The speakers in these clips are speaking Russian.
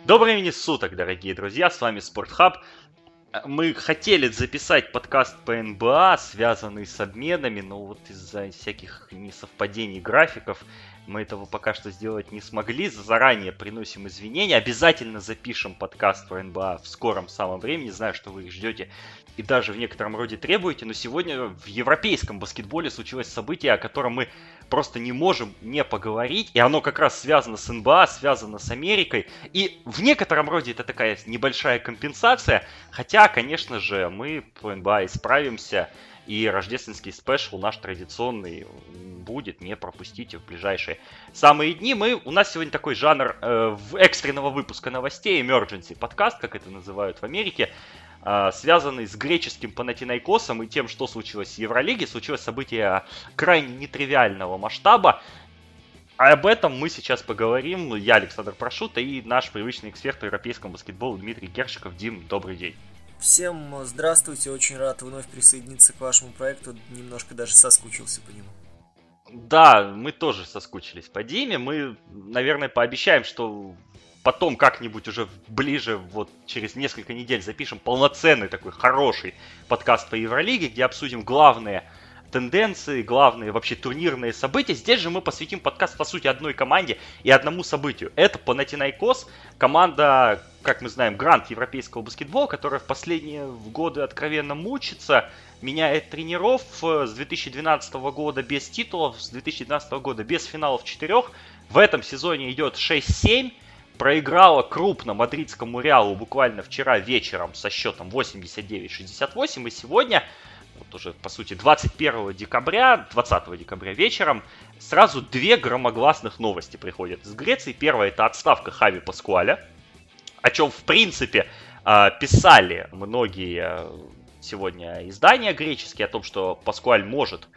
Доброго времени суток, дорогие друзья, с вами Спортхаб. Мы хотели записать подкаст по НБА, связанный с обменами, но вот из-за всяких несовпадений графиков мы этого пока что сделать не смогли. Заранее приносим извинения. Обязательно запишем подкаст по НБА в скором самом времени. Знаю, что вы их ждете и даже в некотором роде требуете. Но сегодня в европейском баскетболе случилось событие, о котором мы просто не можем не поговорить. И оно как раз связано с НБА, связано с Америкой. И в некотором роде это такая небольшая компенсация. Хотя, конечно же, мы по НБА исправимся. И рождественский спешл наш традиционный будет, не пропустите в ближайшие самые дни. У нас сегодня такой жанр экстренного выпуска новостей, emergency подкаст, как это называют в Америке, связанный с греческим Панатинайкосом и тем, что случилось в Евролиге. Случилось событие крайне нетривиального масштаба. Об этом мы сейчас поговорим. Я Александр Прошута и наш привычный эксперт по европейскому баскетболу Дмитрий Гершиков. Дим, добрый день. Всем здравствуйте, очень рад вновь присоединиться к вашему проекту, немножко даже соскучился по нему. Да, мы тоже соскучились по Диме, мы, наверное, пообещаем, что потом как-нибудь уже ближе, вот через несколько недель запишем полноценный такой хороший подкаст по Евролиге, где обсудим главные тенденции, главные вообще турнирные события. Здесь же мы посвятим подкаст, по сути, одной команде и одному событию. Это Панатинайкос, команда, как мы знаем, грант европейского баскетбола, которая в последние годы откровенно мучится, меняет тренеров с 2012 года без титулов, с 2012 года без финалов 4. В этом сезоне идет 6-7. Проиграла крупно мадридскому Реалу буквально вчера вечером со счетом 89-68. И сегодня, вот уже по сути 20 декабря вечером, сразу две громогласных новости приходят из Греции. Первая — это отставка Хави Паскуаля, о чем в принципе писали многие сегодня издания греческие, о том, что Паскуаль может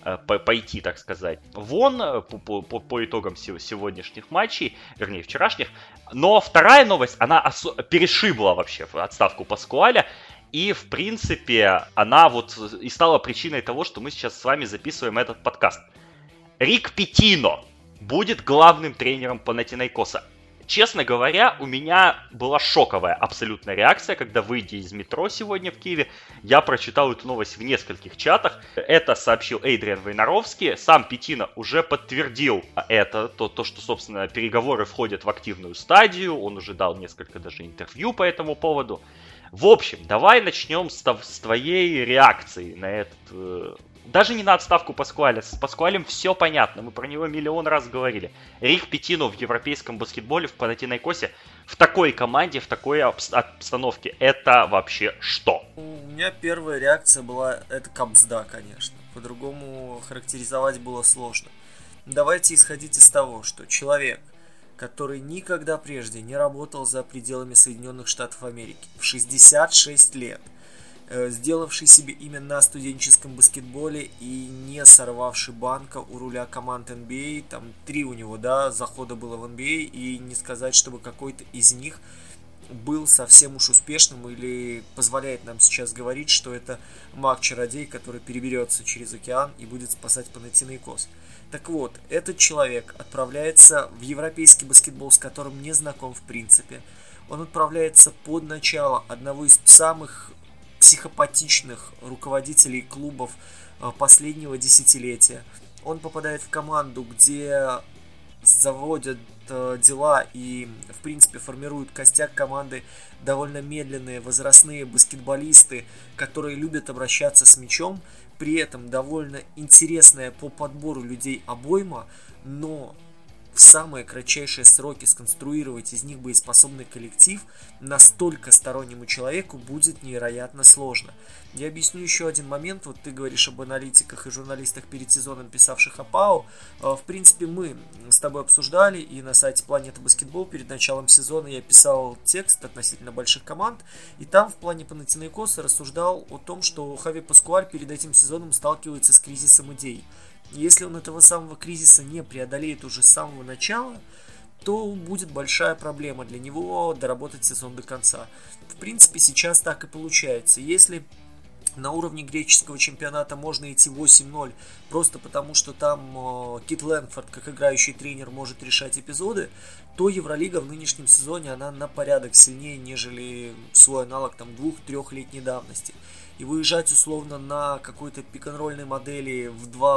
пойти, так сказать, вон по итогам сегодняшних матчей, вернее вчерашних. Но вторая новость, она перешибла вообще отставку Паскуаля. И, в принципе, она вот и стала причиной того, что мы сейчас с вами записываем этот подкаст. Рик Питино будет главным тренером Панатинайкоса. Честно говоря, у меня была шоковая абсолютная реакция, когда, выйдя из метро сегодня в Киеве, я прочитал эту новость в нескольких чатах. Это сообщил Эйдриан Войнаровский. Сам Питино уже подтвердил это, то, что, собственно, переговоры входят в активную стадию. Он уже дал несколько даже интервью по этому поводу. В общем, давай начнем с твоей реакции на этот... Даже не на отставку Паскуаля. С Паскуалем все понятно. Мы про него миллион раз говорили. Рик Питино в европейском баскетболе, в Панатинайкосе, в такой команде, в такой обстановке. Это вообще что? У меня первая реакция была, это кабзда, конечно. По-другому характеризовать было сложно. Давайте исходить из того, что человек, который никогда прежде не работал за пределами Соединенных Штатов Америки, в 66 лет, сделавший себе имя на студенческом баскетболе и не сорвавший банка у руля команд NBA, там 3 у него, захода было в NBA, и не сказать, чтобы какой-то из них был совсем уж успешным или позволяет нам сейчас говорить, что это маг-чародей, который переберется через океан и будет спасать Панатинайкос. Так вот, этот человек отправляется в европейский баскетбол, с которым не знаком в принципе. Он отправляется под начало одного из самых психопатичных руководителей клубов последнего десятилетия. Он попадает в команду, где заводят дела и, в принципе, формируют костяк команды довольно медленные, возрастные баскетболисты, которые любят обращаться с мячом, при этом довольно интересная по подбору людей обойма, но в самые кратчайшие сроки сконструировать из них боеспособный коллектив настолько стороннему человеку будет невероятно сложно. Я объясню еще один момент. Вот ты говоришь об аналитиках и журналистах перед сезоном, писавших о ПАО. В принципе, мы с тобой обсуждали, и на сайте Планета Баскетбол перед началом сезона я писал текст относительно больших команд, и там в плане Панатинайкоса рассуждал о том, что Хави Паскуаль перед этим сезоном сталкивается с кризисом идей. Если он этого самого кризиса не преодолеет уже с самого начала, то будет большая проблема для него доработать сезон до конца. В принципе, сейчас так и получается. Если На уровне греческого чемпионата можно идти 8-0, просто потому что там Кит Лэнфорд, как играющий тренер, может решать эпизоды, то Евролига в нынешнем сезоне, она на порядок сильнее, нежели свой аналог там 2-3-летней давности. И выезжать условно на какой-то пик-н-ролльной модели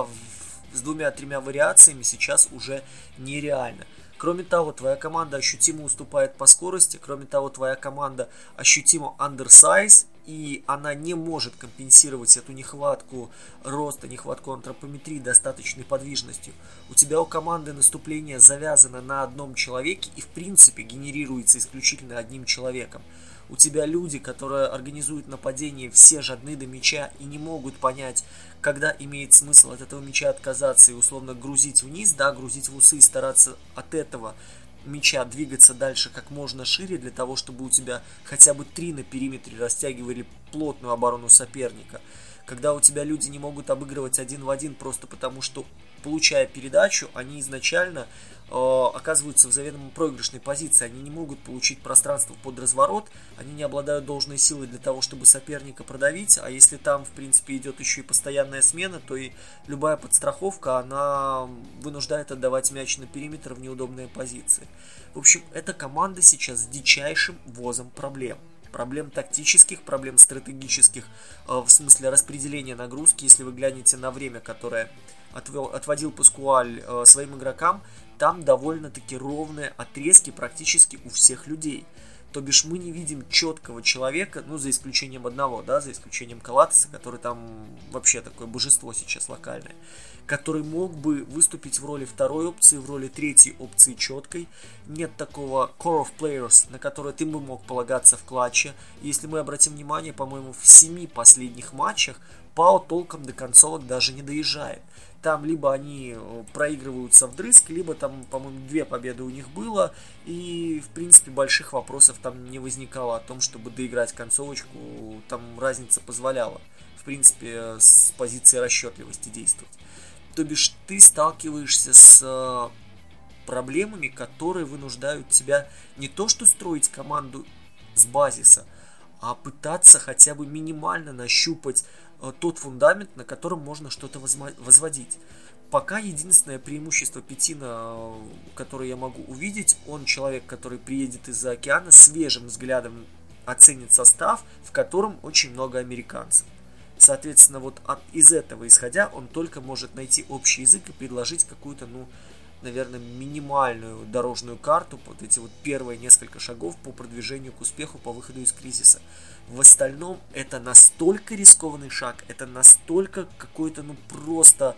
с 2-3 вариациями сейчас уже нереально. Кроме того, твоя команда ощутимо уступает по скорости, кроме того, твоя команда ощутимо undersize, и она не может компенсировать эту нехватку роста, нехватку антропометрии достаточной подвижностью. У тебя у команды наступление завязано на одном человеке и в принципе генерируется исключительно одним человеком. У тебя люди, которые организуют нападение, все жадны до мяча и не могут понять, когда имеет смысл от этого мяча отказаться и условно грузить вниз, да, грузить в усы и стараться от этого мяча двигаться дальше как можно шире, для того, чтобы у тебя хотя бы 3 на периметре растягивали плотную оборону соперника. Когда у тебя люди не могут обыгрывать 1 в 1 просто потому, что, получая передачу, они изначально оказываются в заведомо проигрышной позиции. Они не могут получить пространство под разворот, они не обладают должной силой для того, чтобы соперника продавить, а если там, в принципе, идет еще и постоянная смена, то и любая подстраховка, она вынуждает отдавать мяч на периметр в неудобные позиции. В общем, эта команда сейчас с дичайшим возом проблем. Проблем тактических, проблем стратегических, в смысле распределения нагрузки. Если вы глянете на время, которое отводил Паскуаль своим игрокам, там довольно-таки ровные отрезки практически у всех людей. То бишь мы не видим четкого человека, ну за исключением одного, да, за исключением Калатеса, который там вообще такое божество сейчас локальное, который мог бы выступить в роли второй опции, в роли третьей опции четкой. Нет такого core of players, на который ты бы мог полагаться в клатче. Если мы обратим внимание, по-моему, в 7 последних матчах Пао толком до концовок даже не доезжает. Там либо они проигрываются вдрызг, либо там, по-моему, 2 победы у них было. И, в принципе, больших вопросов там не возникало о том, чтобы доиграть концовочку. Там разница позволяла, в принципе, с позиции расчетливости действовать. То бишь ты сталкиваешься с проблемами, которые вынуждают тебя не то что строить команду с базиса, а пытаться хотя бы минимально нащупать тот фундамент, на котором можно что-то возводить. Пока единственное преимущество Петина, которое я могу увидеть, он человек, который приедет из-за океана, свежим взглядом оценит состав, в котором очень много американцев. Соответственно, вот из этого исходя, он только может найти общий язык и предложить какую-то, наверное, минимальную дорожную карту, вот эти вот первые несколько шагов по продвижению к успеху, по выходу из кризиса. В остальном это настолько рискованный шаг, это настолько какое-то, просто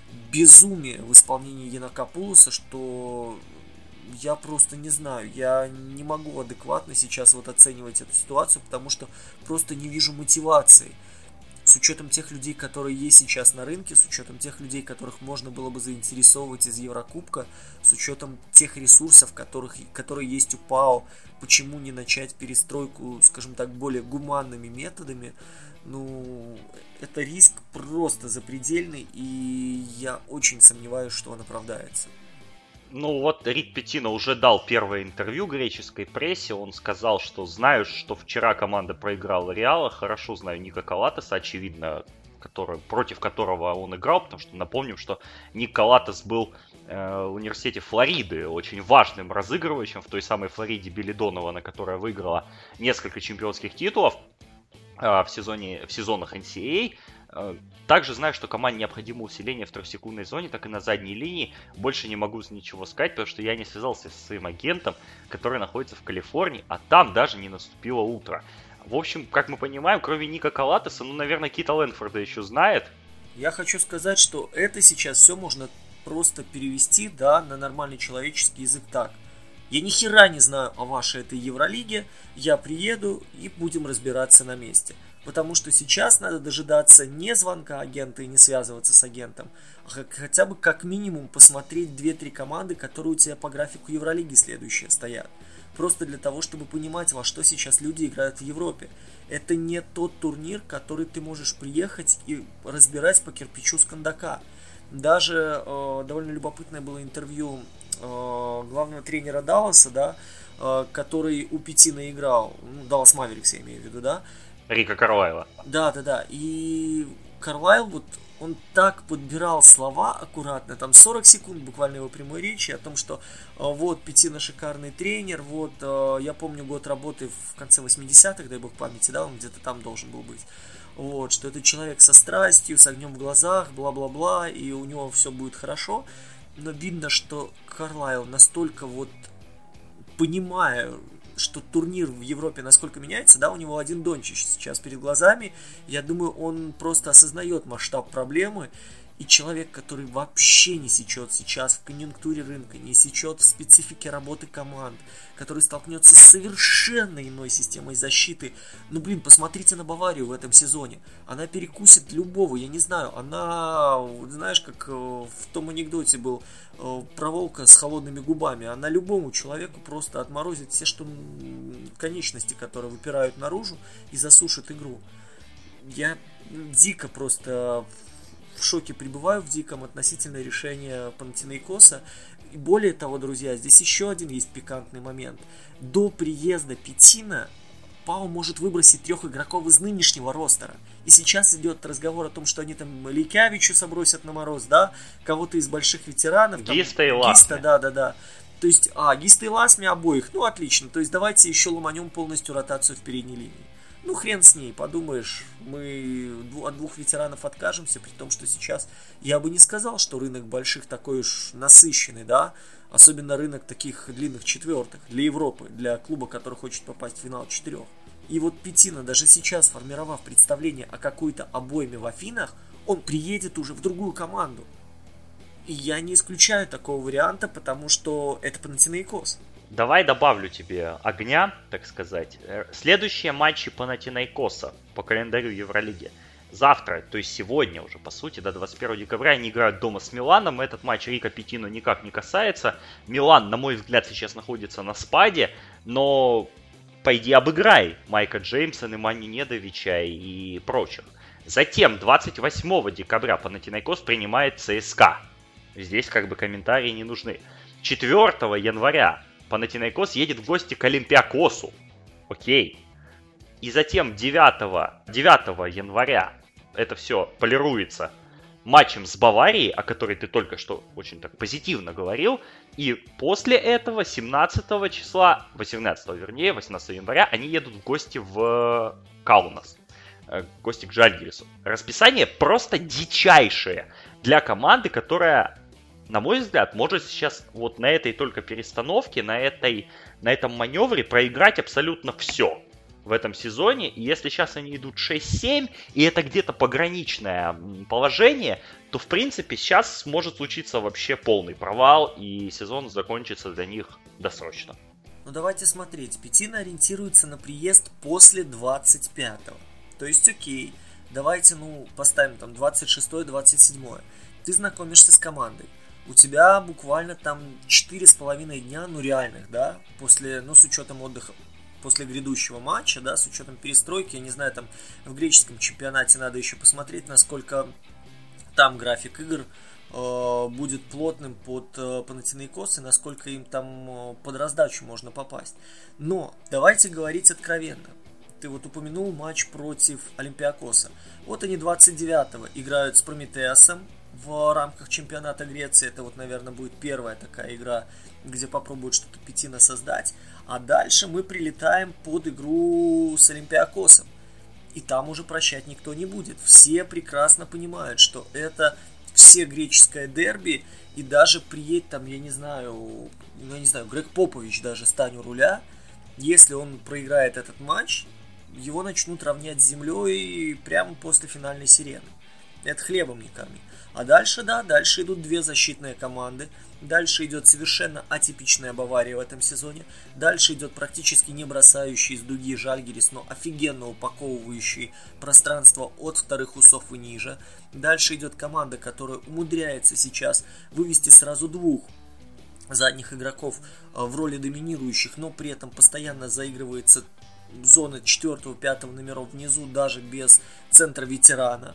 безумие в исполнении Янакопулоса, что я просто не знаю, я не могу адекватно сейчас вот оценивать эту ситуацию, потому что просто не вижу мотивации. С учетом тех людей, которые есть сейчас на рынке, с учетом тех людей, которых можно было бы заинтересовывать из Еврокубка, с учетом тех ресурсов, которые есть у ПАО, почему не начать перестройку, скажем так, более гуманными методами? Это риск просто запредельный, и я очень сомневаюсь, что он оправдается. Рик Питино уже дал первое интервью греческой прессе. Он сказал, что знаю, что вчера команда проиграла Реала. Хорошо знаю Ника Калатеса, очевидно, против которого он играл. Потому что напомним, что Ник Калатес был в университете Флориды очень важным разыгрывающим в той самой Флориде Билли Донована, которая выиграла несколько чемпионских титулов в сезонах NCAA. Также знаю, что команде необходимо усиление в трехсекундной зоне, так и на задней линии. Больше не могу ничего сказать, потому что я не связался со своим агентом, который находится в Калифорнии, а там даже не наступило утро. В общем, как мы понимаем, кроме Ника Калатеса, наверное, Кита Лэнфорда еще знает. Я хочу сказать, что это сейчас все можно просто перевести, на нормальный человеческий язык так. Я ни хера не знаю о вашей этой Евролиге, я приеду и будем разбираться на месте. Потому что сейчас надо дожидаться не звонка агента и не связываться с агентом, а хотя бы как минимум посмотреть 2-3 команды, которые у тебя по графику Евролиги следующие стоят. Просто для того, чтобы понимать, во что сейчас люди играют в Европе. Это не тот турнир, который ты можешь приехать и разбирать по кирпичу с кондака. Даже довольно любопытное было интервью главного тренера Далласа, который у Питина играл, Даллас Маверикс я имею в виду, Рика Карлайла. Да. И Карлайл вот он так подбирал слова аккуратно, там 40 секунд буквально его прямой речи о том, что вот Петина шикарный тренер, вот я помню год работы в конце 80-х, дай бог памяти, да, он где-то там должен был быть. Вот, что это человек со страстью, с огнем в глазах, бла-бла-бла, и у него все будет хорошо. Но видно, что Карлайл настолько вот, понимая, что турнир в Европе насколько меняется, да, у него один Дончич сейчас перед глазами, я думаю, он просто осознает масштаб проблемы, и человек, который вообще не сечет сейчас в конъюнктуре рынка, не сечет в специфике работы команд, который столкнется с совершенно иной системой защиты. Ну, блин, посмотрите на Баварию в этом сезоне. Она перекусит любого, я не знаю, она, знаешь, как в том анекдоте был про волка с холодными губами, она любому человеку просто отморозит все, что конечности, которые выпирают наружу, и засушит игру. Я дико просто в шоке пребываю в диком относительно решения Панатинαϊκоса. И более того, друзья, здесь еще один есть пикантный момент. До приезда Петина ПАО может выбросить 3 игроков из нынешнего ростера. И сейчас идет разговор о том, что они там Лейкявичуса бросят на мороз, да, кого-то из больших ветеранов. Гиста и Ласми. Да. То есть, Гиста и Ласми обоих, ну отлично. То есть давайте еще ломанем полностью ротацию в передней линии. Ну, хрен с ней, подумаешь, мы от 2 ветеранов откажемся, при том, что сейчас я бы не сказал, что рынок больших такой уж насыщенный, да, особенно рынок таких длинных четвертых для Европы, для клуба, который хочет попасть в финал 4. И вот Петина, даже сейчас, сформировав представление о какой-то обойме в Афинах, он приедет уже в другую команду. И я не исключаю такого варианта, потому что это Панатинαϊκос. Давай добавлю тебе огня, так сказать. Следующие матчи Панатинαϊκоса по календарю Евролиги. Завтра, то есть сегодня уже, по сути, до 21 декабря они играют дома с Миланом. Этот матч Рика Петино никак не касается. Милан, на мой взгляд, сейчас находится на спаде, но пойди обыграй Майка Джеймса, Немани Недовича и прочих. Затем 28 декабря Панатинαϊκос принимает ЦСКА. Здесь как бы комментарии не нужны. 4 января Панатинαϊκос едет в гости к Олимпиакосу. Окей. И затем 9 января это все полируется матчем с Баварией, о которой ты только что очень так позитивно говорил. И после этого 18 января они едут в гости в Каунас. В гости к Жальгирису. Расписание просто дичайшее для команды, которая, на мой взгляд, может сейчас вот на этой только перестановке, на этом маневре проиграть абсолютно все в этом сезоне. И если сейчас они идут 6-7, и это где-то пограничное положение, то, в принципе, сейчас может случиться вообще полный провал, и сезон закончится для них досрочно. Ну, давайте смотреть. Петина ориентируется на приезд после 25-го. То есть, окей, давайте, поставим там 26-27. Ты знакомишься с командой. У тебя буквально там 4,5 дня, реальных, да, после, с учетом отдыха, после грядущего матча, да, с учетом перестройки, я не знаю, там в греческом чемпионате надо еще посмотреть, насколько там график игр будет плотным под Панатинαϊκос и насколько им там под раздачу можно попасть. Но давайте говорить откровенно. Ты вот упомянул матч против Олимпиакоса. Вот они 29-го играют с Прометеасом в рамках чемпионата Греции. Это вот, наверное, будет первая такая игра, где попробуют что-то Петина создать. А дальше мы прилетаем под игру с Олимпиакосом. И там уже прощать никто не будет. Все прекрасно понимают, что это все греческое дерби. И даже приедет там, я не знаю, Грег Попович даже стань у руля. Если он проиграет этот матч, его начнут равнять с землей прямо после финальной сирены. Это хлебом не корми. А дальше, дальше идут 2 защитные команды. Дальше идет совершенно атипичная Бавария в этом сезоне. Дальше идет практически не бросающий из дуги Жальгирис, но офигенно упаковывающий пространство от вторых усов и ниже. Дальше идет команда, которая умудряется сейчас вывести сразу 2 задних игроков в роли доминирующих, но при этом постоянно заигрывается зона 4-5 номеров внизу, даже без центра ветерана.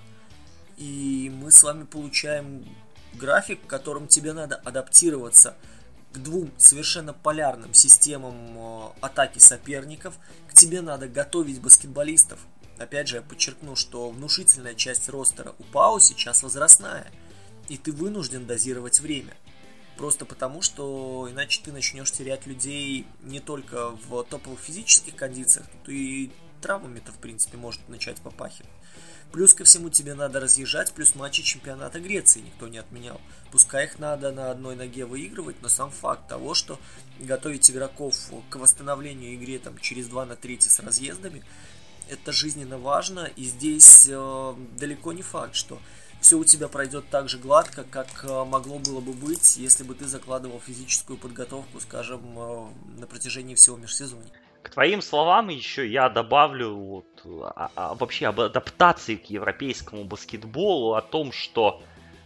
И мы с вами получаем график, в котором тебе надо адаптироваться к 2 совершенно полярным системам атаки соперников. К тебе надо готовить баскетболистов. опять же, я подчеркну, что внушительная часть ростера у ПАО сейчас возрастная, и ты вынужден дозировать время. Просто потому, что иначе ты начнешь терять людей не только в топовых физических кондициях, тут и травмами-то, в принципе, может начать попахивать. Плюс ко всему тебе надо разъезжать, плюс матчи чемпионата Греции никто не отменял. Пускай их надо на одной ноге выигрывать, но сам факт того, что готовить игроков к восстановлению игре там, через 2 на 3 с разъездами, это жизненно важно, и здесь далеко не факт, что все у тебя пройдет так же гладко, как могло было бы быть, если бы ты закладывал физическую подготовку, скажем, на протяжении всего межсезонья. К твоим словам еще я добавлю вообще об адаптации к европейскому баскетболу, о том, что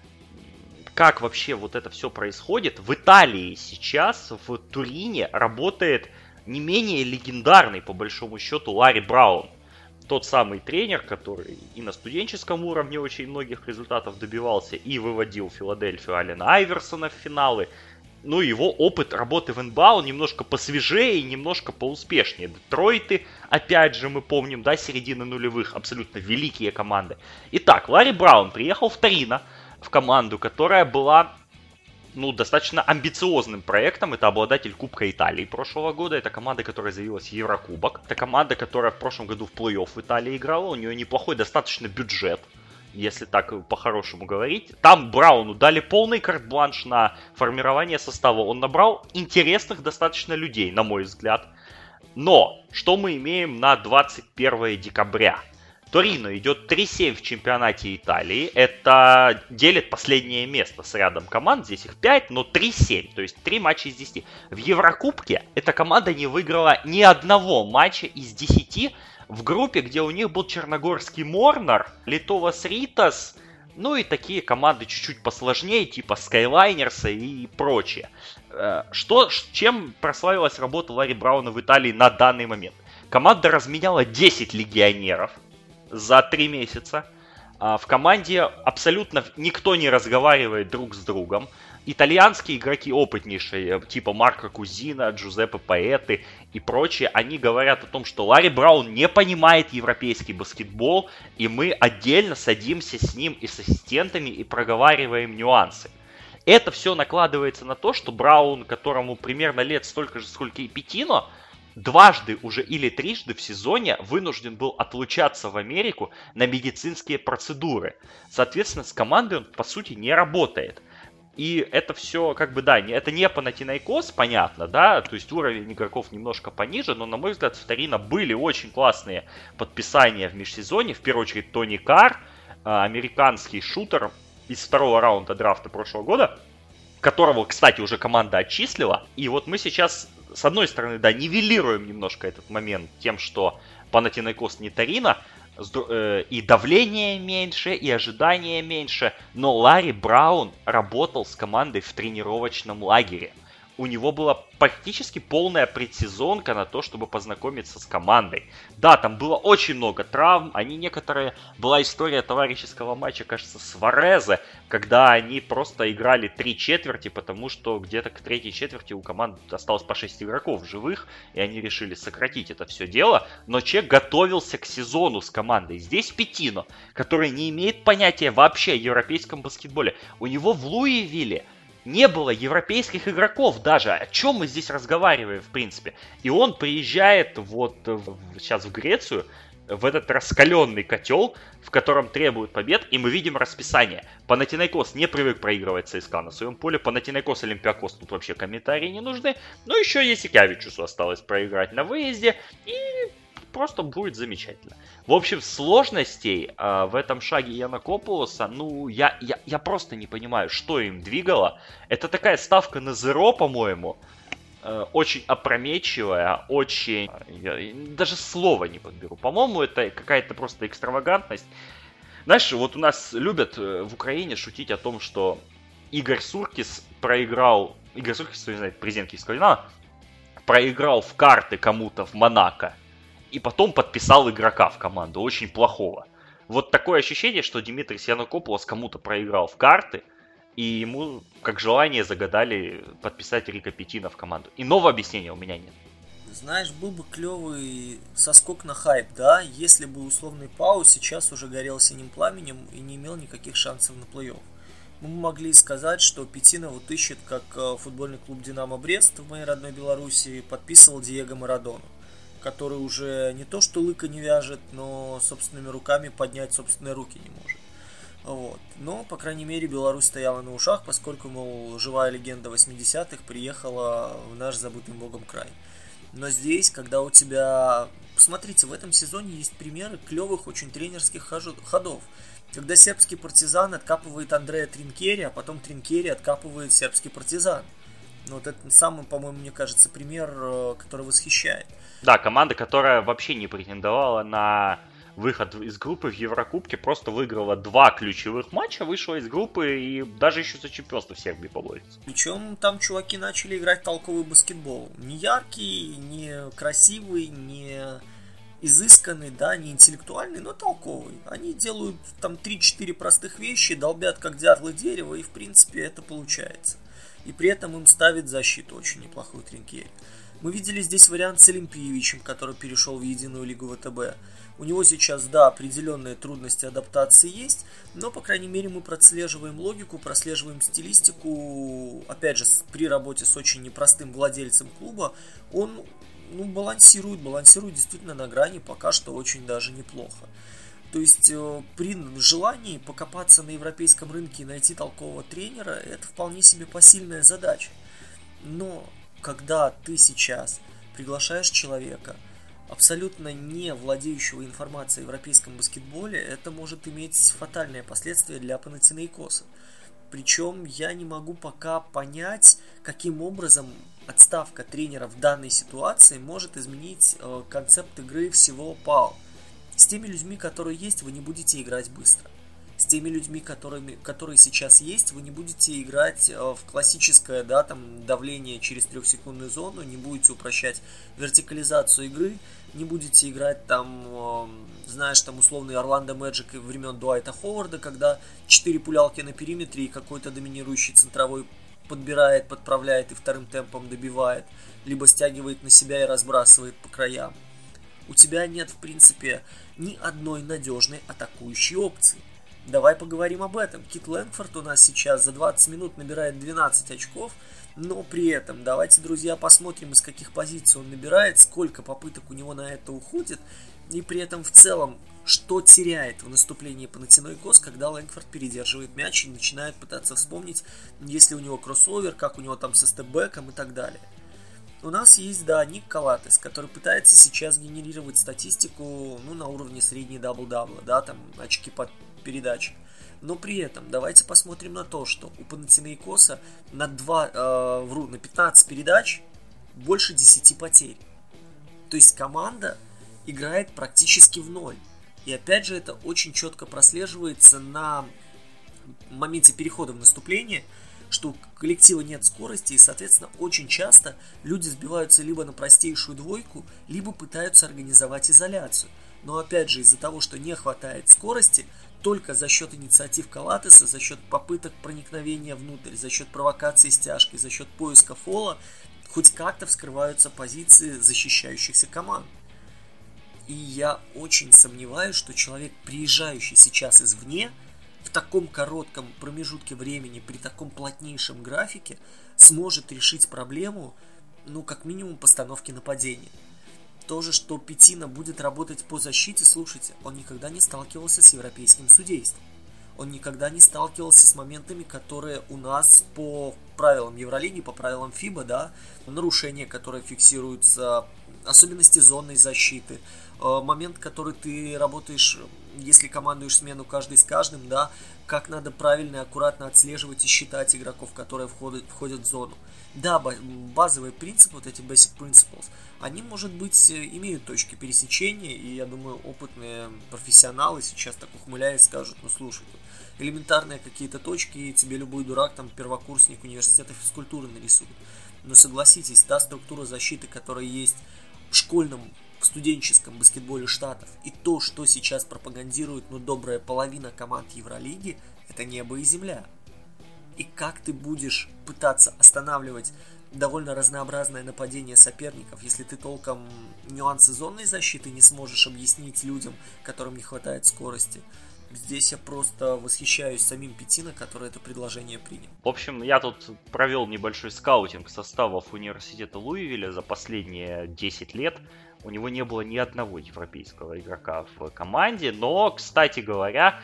как вообще вот это все происходит. В Италии сейчас, в Турине, работает не менее легендарный, по большому счету, Ларри Браун. Тот самый тренер, который и на студенческом уровне очень многих результатов добивался, и выводил Филадельфию Аллена Айверсона в финалы. Ну, его опыт работы в НБА, он немножко посвежее и немножко поуспешнее. Детройты, опять же, мы помним, да, середины нулевых, абсолютно великие команды. Итак, Ларри Браун приехал в Торино, в команду, которая была, ну, достаточно амбициозным проектом. Это обладатель Кубка Италии прошлого года. Это команда, которая заявилась в Еврокубок. Это команда, которая в прошлом году в плей-офф в Италии играла. У нее неплохой достаточно бюджет, если так по-хорошему говорить. Там Брауну дали полный карт-бланш на формирование состава. Он набрал интересных достаточно людей, на мой взгляд. Но, что мы имеем на 21 декабря? Торино идет 3-7 в чемпионате Италии. Это делит последнее место с рядом команд. Здесь их 5, но 3-7. То есть 3 матча из 10. В Еврокубке эта команда не выиграла ни одного матча из 10 в группе, где у них был черногорский Морнар, Литовас Ритас, ну и такие команды чуть-чуть посложнее, типа Скайлайнерса и прочее. Чем прославилась работа Ларри Брауна в Италии на данный момент? Команда разменяла 10 легионеров за 3 месяца. В команде абсолютно никто не разговаривает друг с другом. Итальянские игроки опытнейшие, типа Марко Кузина, Джузеппе Паэты и прочие, они говорят о том, что Ларри Браун не понимает европейский баскетбол, и мы отдельно садимся с ним и с ассистентами и проговариваем нюансы. Это все накладывается на то, что Браун, которому примерно лет столько же, сколько и Питино, дважды уже или трижды в сезоне вынужден был отлучаться в Америку на медицинские процедуры. Соответственно, с командой он, по сути, не работает. И это все, как бы, да, это не Панатинайкос, понятно, да, то есть уровень игроков немножко пониже, но, на мой взгляд, в Торино были очень классные подписания в межсезонье, в первую очередь Тони Карр, американский шутер из второго раунда драфта прошлого года, которого, кстати, уже команда отчислила, и вот мы сейчас, с одной стороны, да, нивелируем немножко этот момент тем, что Панатинайкос не Торино, и давление меньше, и ожидания меньше. Но Ларри Браун работал с командой в тренировочном лагере. У него была практически полная предсезонка на то, чтобы познакомиться с командой. Да, там было очень много травм. Была история товарищеского матча, кажется, с Варезе, когда они просто играли 3 четверти, потому что где-то к 3-й четверти у команд осталось по 6 игроков живых, и они решили сократить это все дело. Но человек готовился к сезону с командой. Здесь Питино, который не имеет понятия вообще о европейском баскетболе. У него в Луивилле не было европейских игроков даже. О чем мы здесь разговариваем, в принципе? И он приезжает сейчас в Грецию, в этот раскаленный котел, в котором требуют побед, и мы видим расписание. Панатинайкос не привык проигрывать ЦСКА на своем поле. Панатинайкос, Олимпиакос, тут вообще комментарии не нужны. Но еще Ясикявичусу осталось проиграть на выезде. И просто будет замечательно. В общем, сложностей в этом шаге Янакопулоса, я просто не понимаю, что им двигало. Это такая ставка на зеро, по-моему, очень опрометчивая, очень... Даже слова не подберу. По-моему, это какая-то просто экстравагантность. Знаешь, вот у нас любят в Украине шутить о том, что Игорь Суркис, президент Киевского Динамо, проиграл в карты кому-то в Монако. И потом подписал игрока в команду, очень плохого. Вот такое ощущение, что Димитрис Янакопулос кому-то проиграл в карты, и ему, как желание, загадали подписать Рика Питино в команду. Иного объяснения у меня нет. Знаешь, был бы клевый соскок на хайп, да, если бы условный Пау сейчас уже горел синим пламенем и не имел никаких шансов на плей-офф. Мы могли сказать, что Петина вот ищет, как футбольный клуб «Динамо Брест» в моей родной Беларуси подписывал Диего Марадону, который уже не то что лыка не вяжет, но собственными руками поднять собственные руки не может. Вот. Но, по крайней мере, Беларусь стояла на ушах, поскольку, мол, живая легенда 80-х приехала в наш забытый богом край. Но здесь, когда у тебя... Посмотрите, в этом сезоне есть примеры клевых очень тренерских ходов. Когда сербский партизан откапывает Андрея Тринкери, а потом Тринкери откапывает сербский партизан. Вот это самый, по-моему, мне кажется, пример, который восхищает. Да, команда, которая вообще не претендовала на выход из группы в Еврокубке, просто выиграла 2 ключевых матча, вышла из группы и даже еще за чемпионство в Сербии поборется. Причем там чуваки начали играть толковый баскетбол. Не яркий, не красивый, не изысканный, да, не интеллектуальный, но толковый. Они делают там 3-4 простых вещи, долбят как дятлы дерево, и в принципе это получается. И при этом им ставит защиту очень неплохую Тринкери. Мы видели здесь вариант с Олимпиевичем, который перешел в единую лигу ВТБ. У него сейчас, да, определенные трудности адаптации есть, но, по крайней мере, мы прослеживаем логику, прослеживаем стилистику. Опять же, при работе с очень непростым владельцем клуба, он балансирует действительно на грани, пока что очень даже неплохо. То есть при желании покопаться на европейском рынке и найти толкового тренера, это вполне себе посильная задача. Но когда ты сейчас приглашаешь человека, абсолютно не владеющего информацией о европейском баскетболе, это может иметь фатальные последствия для Панатинаикоса. Причем я не могу пока понять, каким образом отставка тренера в данной ситуации может изменить концепт игры всего ПАО. С теми людьми, которые есть, вы не будете играть быстро. С теми людьми, которые сейчас есть, вы не будете играть в классическое, да, там, давление через 3-секундную зону, не будете упрощать вертикализацию игры, не будете играть там, знаешь, там условный Орландо Мэджик времен Дуайта Ховарда, когда 4 пулялки на периметре и какой-то доминирующий центровой подбирает, подправляет и вторым темпом добивает, либо стягивает на себя и разбрасывает по краям. У тебя нет, в принципе, ни одной надежной атакующей опции. Давай поговорим об этом. Кит Лэнгфорд у нас сейчас за 20 минут набирает 12 очков, но при этом давайте, друзья, посмотрим, из каких позиций он набирает, сколько попыток у него на это уходит, и при этом в целом, что теряет в наступлении Панатинаикос, когда Лэнгфорд передерживает мяч и начинает пытаться вспомнить, есть ли у него кроссовер, как у него там со степбэком и так далее. У нас есть, да, Ник Калатес, который пытается сейчас генерировать статистику, на уровне средней дабл-дабла, да, там очки под передач. Но при этом давайте посмотрим на то, что у Панатинаикоса на 15 передач больше 10 потерь. То есть команда играет практически в ноль. И опять же это очень четко прослеживается на моменте перехода в наступление, что у коллектива нет скорости, и, соответственно, очень часто люди сбиваются либо на простейшую двойку, либо пытаются организовать изоляцию. Но опять же, из-за того, что не хватает скорости, только за счет инициатив Калатеса, за счет попыток проникновения внутрь, за счет провокации стяжки, за счет поиска фола, хоть как-то вскрываются позиции защищающихся команд. И я очень сомневаюсь, что человек, приезжающий сейчас извне, в таком коротком промежутке времени, при таком плотнейшем графике, сможет решить проблему, как минимум, постановки нападения. То же, что Петина будет работать по защите, слушайте, он никогда не сталкивался с европейским судейством. Он никогда не сталкивался с моментами, которые у нас по правилам Евролиги, по правилам ФИБА, да, нарушения, которые фиксируются, особенности зонной защиты, момент, который ты работаешь, если командуешь смену каждый с каждым, да, как надо правильно и аккуратно отслеживать и считать игроков, которые входят в зону. Да, базовые принципы, вот эти basic principles, они, может быть, имеют точки пересечения, и я думаю, опытные профессионалы сейчас так ухмыляясь скажут, слушай, элементарные какие-то точки, и тебе любой дурак, там, первокурсник университета физкультуры нарисует. Но согласитесь, та структура защиты, которая есть в школьном, в студенческом баскетболе Штатов, и то, что сейчас пропагандирует, добрая половина команд Евролиги, это небо и земля. И как ты будешь пытаться останавливать довольно разнообразное нападение соперников, если ты толком нюансы зонной защиты не сможешь объяснить людям, которым не хватает скорости. Здесь я просто восхищаюсь самим Питтино, который это предложение принял. В общем, я тут провел небольшой скаутинг составов университета Луивилля за последние 10 лет. У него не было ни одного европейского игрока в команде, но, кстати говоря,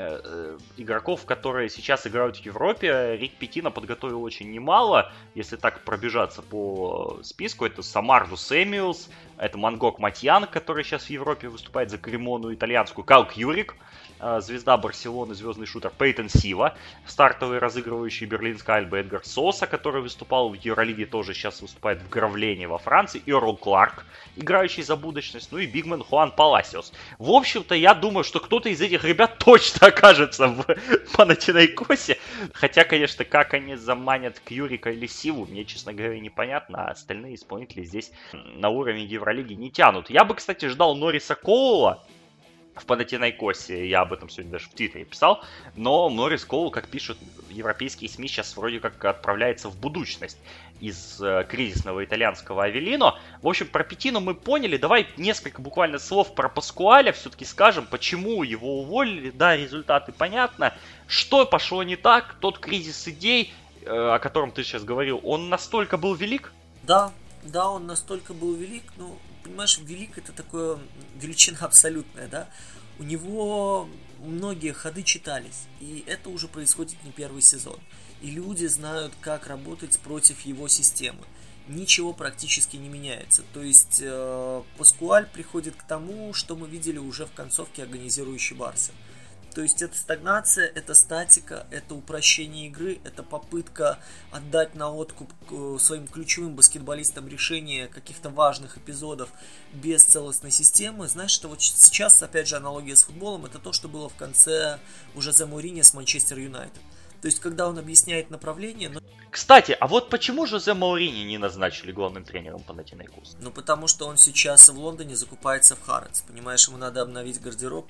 игроков, которые сейчас играют в Европе, Рик Питтино подготовил очень немало. Если так пробежаться по списку, это Самарду Сэмюэлс, это Мангок Матьян, который сейчас в Европе выступает за Кремону итальянскую, Кал Кьюрик, звезда Барселоны, звездный шутер Пейтон Сива, стартовый разыгрывающий берлинской Альба Эдгар Соса, который выступал в Евролиге, тоже сейчас выступает в Гравлене во Франции, и Эрл Кларк, играющий за будущность, ну и бигмен Хуан Паласиос. В общем-то, я думаю, что кто-то из этих ребят точно окажется в Панатинайкосе, хотя, конечно, как они заманят Кьюрика или Сиву, мне, честно говоря, непонятно, а остальные исполнители здесь на уровень Евролиги не тянут. Я бы, кстати, ждал Норриса Коула в Панатинайкосе, я об этом сегодня даже в Твиттере писал, но Норрис Коул, как пишут европейские СМИ, сейчас вроде как отправляется в будущность из кризисного итальянского Авелино. В общем, про Питтино мы поняли, давай несколько буквально слов про Паскуаля все-таки скажем, почему его уволили, да, результаты понятно, что пошло не так, тот кризис идей, о котором ты сейчас говорил, он настолько был велик? Да, он настолько был велик, ну, понимаешь, велик это такое величина абсолютная, да. У него многие ходы читались, и это уже происходит не первый сезон. И люди знают, как работать против его системы. Ничего практически не меняется. То есть Паскуаль приходит к тому, что мы видели уже в концовке агонизирующей Барсы. То есть это стагнация, это статика, это упрощение игры, это попытка отдать на откуп своим ключевым баскетболистам решение каких-то важных эпизодов без целостной системы. Знаешь, что вот сейчас, опять же, аналогия с футболом, это то, что было в конце уже Жозе Моуриньо с Манчестер Юнайтед. То есть, когда он объясняет направление... Кстати, а вот почему Жозе Моуриньо не назначили главным тренером Панатинайкоса? Ну, потому что он сейчас в Лондоне закупается в Харатс. Понимаешь, ему надо обновить гардероб.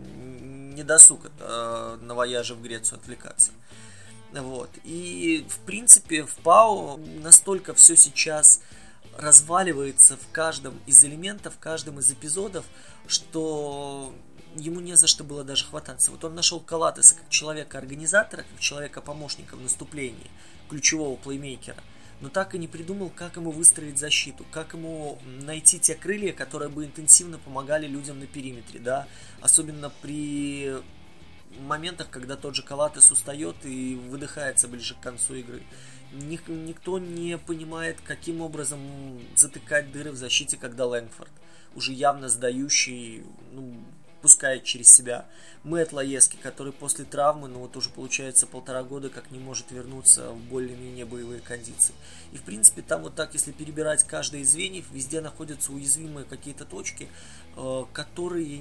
Не досуг на вояже в Грецию отвлекаться. Вот. И, в принципе, в ПАО настолько все сейчас разваливается в каждом из элементов, в каждом из эпизодов, что ему не за что было даже хвататься. Вот он нашел Калатеса как человека-организатора, как человека-помощника в наступлении, ключевого плеймейкера, но так и не придумал, как ему выстроить защиту, как ему найти те крылья, которые бы интенсивно помогали людям на периметре, да, особенно при моментах, когда тот же Калатес устает и выдыхается ближе к концу игры. Никто не понимает, каким образом затыкать дыры в защите, когда Лэнгфорд, уже явно сдающий, пускает через себя. Мэтт Лаески, который после травмы, вот уже получается 1,5 года, как не может вернуться в более-менее боевые кондиции. И в принципе там вот так, если перебирать каждое из звеньев, везде находятся уязвимые какие-то точки, которые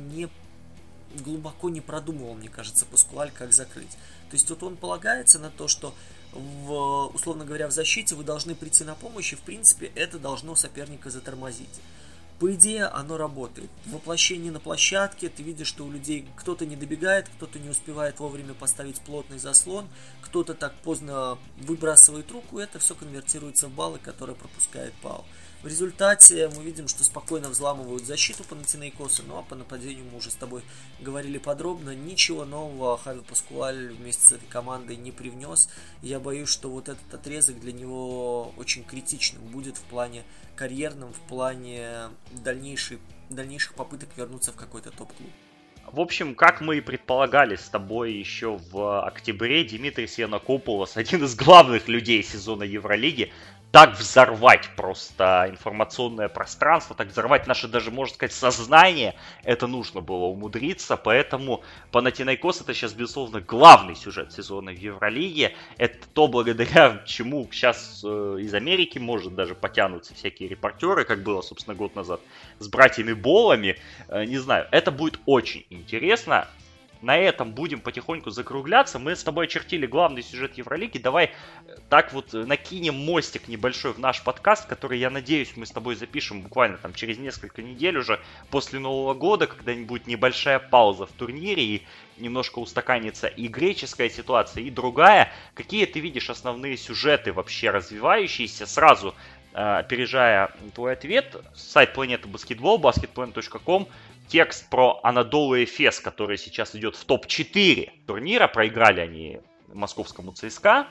глубоко не продумывал, мне кажется, Паскуаль, как закрыть. То есть вот он полагается на то, что условно говоря, в защите вы должны прийти на помощь, и в принципе это должно соперника затормозить. По идее, оно работает. В воплощении на площадке ты видишь, что у людей кто-то не добегает, кто-то не успевает вовремя поставить плотный заслон, кто-то так поздно выбрасывает руку, и это все конвертируется в баллы, которые пропускает ПАО. В результате мы видим, что спокойно взламывают защиту Панатинайкоса, ну а по нападению мы уже с тобой говорили подробно. Ничего нового Хави Паскуаль вместе с этой командой не привнес. Я боюсь, что вот этот отрезок для него очень критичным будет в плане карьерном, в плане дальнейших попыток вернуться в какой-то топ-клуб. В общем, как мы и предполагали с тобой еще в октябре, Димитрис Янакопулос, один из главных людей сезона Евролиги, так взорвать просто информационное пространство, так взорвать наше даже, можно сказать, сознание, это нужно было умудриться, поэтому Панатинайкос это сейчас, безусловно, главный сюжет сезона в Евролиге, это то, благодаря чему сейчас из Америки может даже потянуться всякие репортеры, как было, собственно, год назад с братьями Боллами, не знаю, это будет очень интересно. на этом будем потихоньку закругляться. Мы с тобой очертили главный сюжет Евролиги. Давай так вот накинем мостик небольшой в наш подкаст, который, я надеюсь, мы с тобой запишем буквально там через несколько недель уже после Нового года, когда будет небольшая пауза в турнире и немножко устаканится и греческая ситуация, и другая. Какие ты видишь основные сюжеты вообще развивающиеся? Сразу опережая твой ответ, сайт Планеты Баскетбол, basketplanet.com, текст про Анадолу Эфес, который сейчас идет в топ-4 турнира. Проиграли они московскому ЦСКА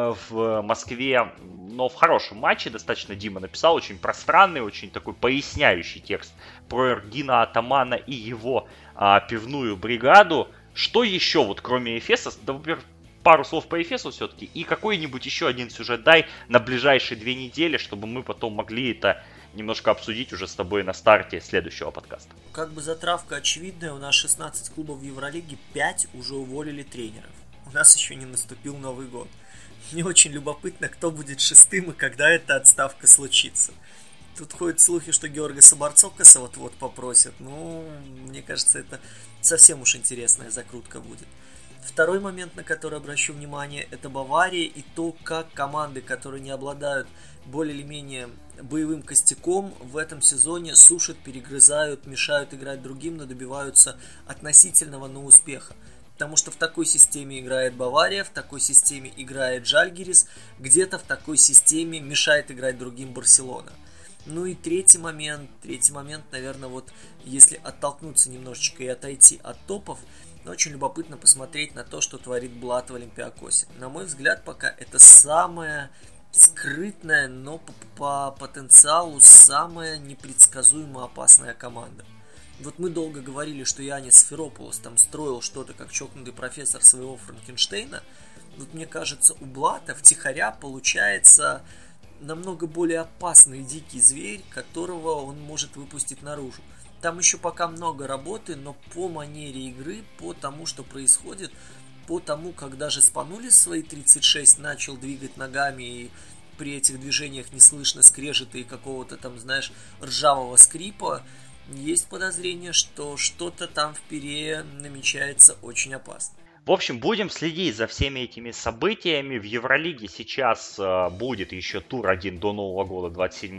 в Москве, но в хорошем матче. Достаточно Дима написал, очень пространный, очень такой поясняющий текст про Эргина Атамана и его пивную бригаду. Что еще, вот кроме Эфеса, да, во-первых, пару слов по Эфесу все-таки, и какой-нибудь еще один сюжет дай на ближайшие 2 недели, чтобы мы потом могли это немножко обсудить уже с тобой на старте следующего подкаста. Как бы затравка очевидная, у нас 16 клубов в Евролиге, 5 уже уволили тренеров. У нас еще не наступил Новый год. Мне очень любопытно, кто будет шестым и когда эта отставка случится. Тут ходят слухи, что Георгаса Барцокаса вот-вот попросят. Ну, мне кажется, это совсем уж интересная закрутка будет. Второй момент, на который обращу внимание, это Бавария и то, как команды, которые не обладают более или менее боевым костяком, в этом сезоне сушат, перегрызают, мешают играть другим, но добиваются относительного, но успеха. Потому что в такой системе играет Бавария, в такой системе играет Жальгирис, где-то в такой системе мешает играть другим Барселона. Ну и третий момент, наверное, вот если оттолкнуться немножечко и отойти от топов, очень любопытно посмотреть на то, что творит Блат в Олимпиакосе. На мой взгляд, пока это самая скрытная, но по потенциалу самая непредсказуемо опасная команда. Вот мы долго говорили, что Янис Феропулос там строил что-то, как чокнутый профессор своего Франкенштейна. Вот мне кажется, у Блата втихаря получается намного более опасный дикий зверь, которого он может выпустить наружу. Там еще пока много работы, но по манере игры, по тому, что происходит, по тому, как даже Спанулис свои 36 начал двигать ногами, и при этих движениях не слышно скрежета и какого-то там, знаешь, ржавого скрипа, есть подозрение, что что-то там в Пирее намечается очень опасно. В общем, будем следить за всеми этими событиями. В Евролиге сейчас будет еще тур один до Нового года,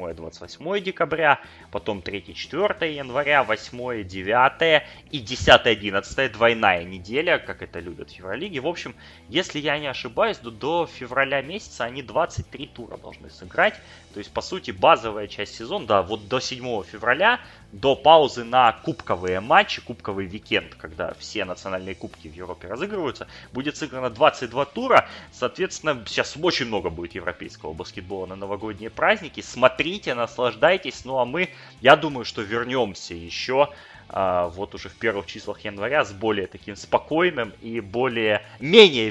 27-28 декабря, потом 3-4 января, 8-9 и 10-11 двойная неделя, как это любят в Евролиге. В общем, если я не ошибаюсь, до февраля месяца они 23 тура должны сыграть. То есть, по сути, базовая часть сезона, да, вот до 7 февраля, до паузы на кубковые матчи, кубковый уикенд, когда все национальные кубки в Европе разыгрываются, будет сыграно 22 тура. Соответственно, сейчас очень много будет европейского баскетбола на новогодние праздники. Смотрите, наслаждайтесь. Ну а мы, я думаю, что вернемся еще вот уже в первых числах января с более таким спокойным и менее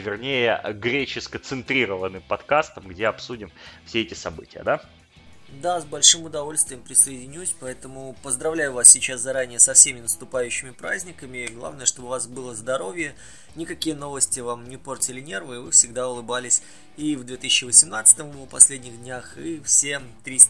греческо-центрированным подкастом, где обсудим все эти события, да? Да, с большим удовольствием присоединюсь, поэтому поздравляю вас сейчас заранее со всеми наступающими праздниками. Главное, чтобы у вас было здоровье, никакие новости вам не портили нервы, вы всегда улыбались и в 2018 в последних днях, и все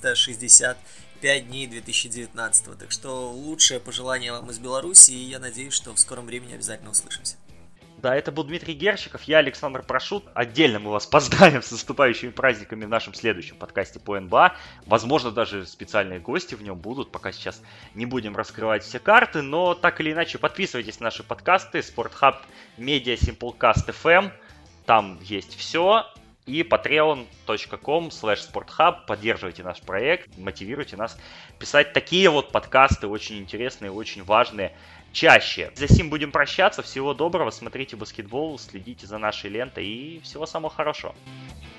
365 дней 2019. Так что лучшее пожелание вам из Беларуси, и я надеюсь, что в скором времени обязательно услышимся. Да, это был Дмитрий Герщиков, я Александр Прошут. Отдельно мы вас поздравим с наступающими праздниками в нашем следующем подкасте по НБА. Возможно, даже специальные гости в нем будут, пока сейчас не будем раскрывать все карты. Но так или иначе, подписывайтесь на наши подкасты. SportHub Media Simplecast FM. Там есть все. И patreon.com/sporthub. Поддерживайте наш проект, мотивируйте нас писать такие вот подкасты, очень интересные, очень важные, чаще. За сим будем прощаться. Всего доброго. Смотрите баскетбол, следите за нашей лентой и всего самого хорошего.